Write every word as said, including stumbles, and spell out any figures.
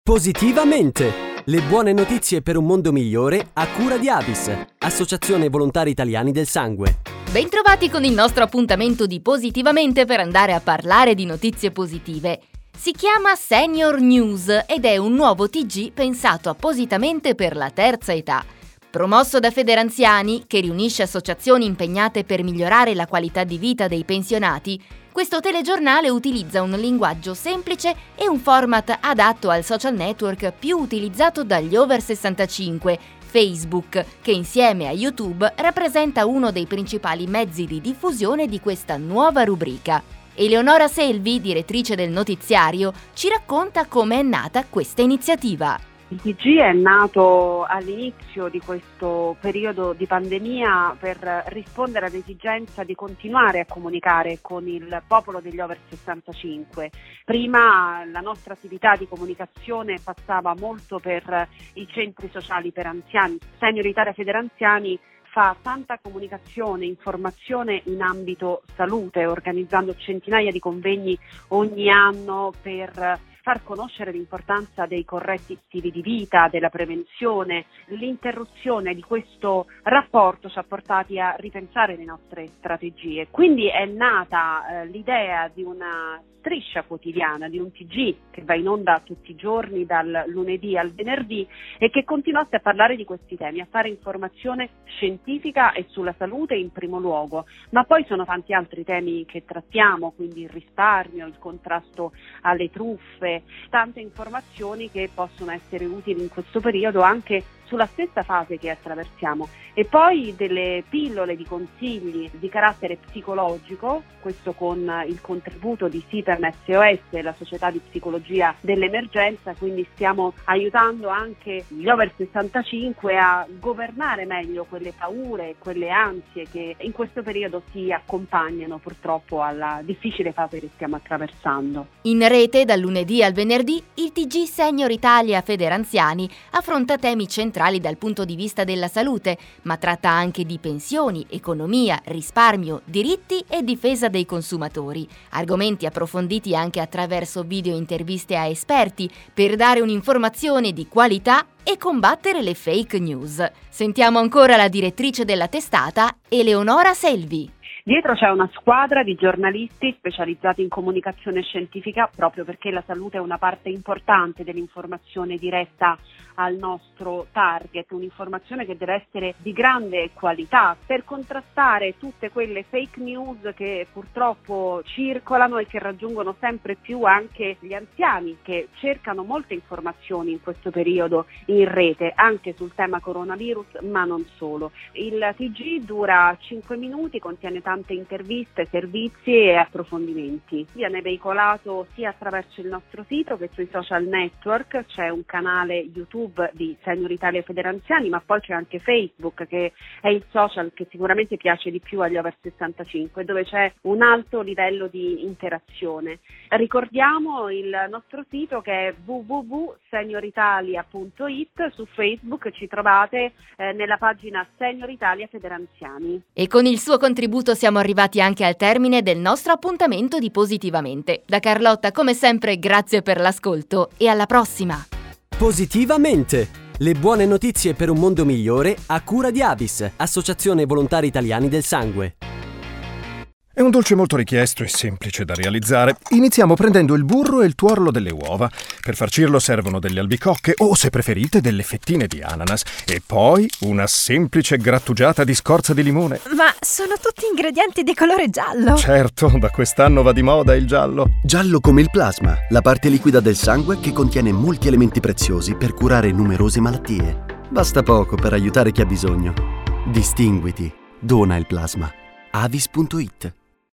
Positivamente! Le buone notizie per un mondo migliore a cura di Avis, Associazione Volontari Italiani del Sangue. Bentrovati con il nostro appuntamento di Positivamente per andare a parlare di notizie positive. Si chiama Senior News ed è un nuovo T G pensato appositamente per la terza età. Promosso da Federanziani, che riunisce associazioni impegnate per migliorare la qualità di vita dei pensionati, questo telegiornale utilizza un linguaggio semplice e un format adatto al social network più utilizzato dagli over sessantacinque, Facebook, che insieme a YouTube rappresenta uno dei principali mezzi di diffusione di questa nuova rubrica. Eleonora Selvi, direttrice del notiziario, ci racconta come è nata questa iniziativa. Il T G è nato all'inizio di questo periodo di pandemia per rispondere all'esigenza di continuare a comunicare con il popolo degli over sessantacinque. Prima la nostra attività di comunicazione passava molto per i centri sociali per anziani. Senior Italia Federanziani fa tanta comunicazione, informazione in ambito salute, organizzando centinaia di convegni ogni anno per far conoscere l'importanza dei corretti stili di vita, della prevenzione. L'interruzione di questo rapporto ci ha portati a ripensare le nostre strategie. Quindi è nata eh, l'idea di una striscia quotidiana, di un T G che va in onda tutti i giorni dal lunedì al venerdì e che continuasse a parlare di questi temi, a fare informazione scientifica e sulla salute in primo luogo, ma poi sono tanti altri temi che trattiamo, quindi il risparmio, il contrasto alle truffe, tante informazioni che possono essere utili in questo periodo anche sulla stessa fase che attraversiamo, e poi delle pillole di consigli di carattere psicologico, questo con il contributo di SIPEM S O S, la società di psicologia dell'emergenza. Quindi stiamo aiutando anche gli over sessantacinque a governare meglio quelle paure, quelle ansie che in questo periodo si accompagnano purtroppo alla difficile fase che stiamo attraversando. In rete dal lunedì al venerdì il T G Senior Italia Federanziani affronta temi centrali dal punto di vista della salute, ma tratta anche di pensioni, economia, risparmio, diritti e difesa dei consumatori. Argomenti approfonditi anche attraverso video interviste a esperti per dare un'informazione di qualità e combattere le fake news. Sentiamo ancora la direttrice della testata, Eleonora Selvi. Dietro c'è una squadra di giornalisti specializzati in comunicazione scientifica, proprio perché la salute è una parte importante dell'informazione diretta al nostro target, un'informazione che deve essere di grande qualità per contrastare tutte quelle fake news che purtroppo circolano e che raggiungono sempre più anche gli anziani, che cercano molte informazioni in questo periodo in rete, anche sul tema coronavirus, ma non solo. Il T G dura cinque minuti, contiene tante interviste, servizi e approfondimenti. Viene veicolato sia attraverso il nostro sito che sui social network. C'è un canale YouTube di Senior Italia Federanziani, ma poi c'è anche Facebook, che è il social che sicuramente piace di più agli over sessantacinque, dove c'è un alto livello di interazione. Ricordiamo il nostro sito che è w w w punto senior italia punto i t. Su Facebook ci trovate eh, nella pagina Senior Italia Federanziani. E con il suo contributo siamo arrivati anche al termine del nostro appuntamento di Positivamente. Da Carlotta, come sempre, grazie per l'ascolto e alla prossima! Positivamente! Le buone notizie per un mondo migliore a cura di Avis, Associazione Volontari Italiani del Sangue. È un dolce molto richiesto e semplice da realizzare. Iniziamo prendendo il burro e il tuorlo delle uova. Per farcirlo servono delle albicocche o, se preferite, delle fettine di ananas. E poi una semplice grattugiata di scorza di limone. Ma sono tutti ingredienti di colore giallo. Certo, da quest'anno va di moda il giallo. Giallo come il plasma, la parte liquida del sangue che contiene molti elementi preziosi per curare numerose malattie. Basta poco per aiutare chi ha bisogno. Distinguiti. Dona il plasma. Avis punto it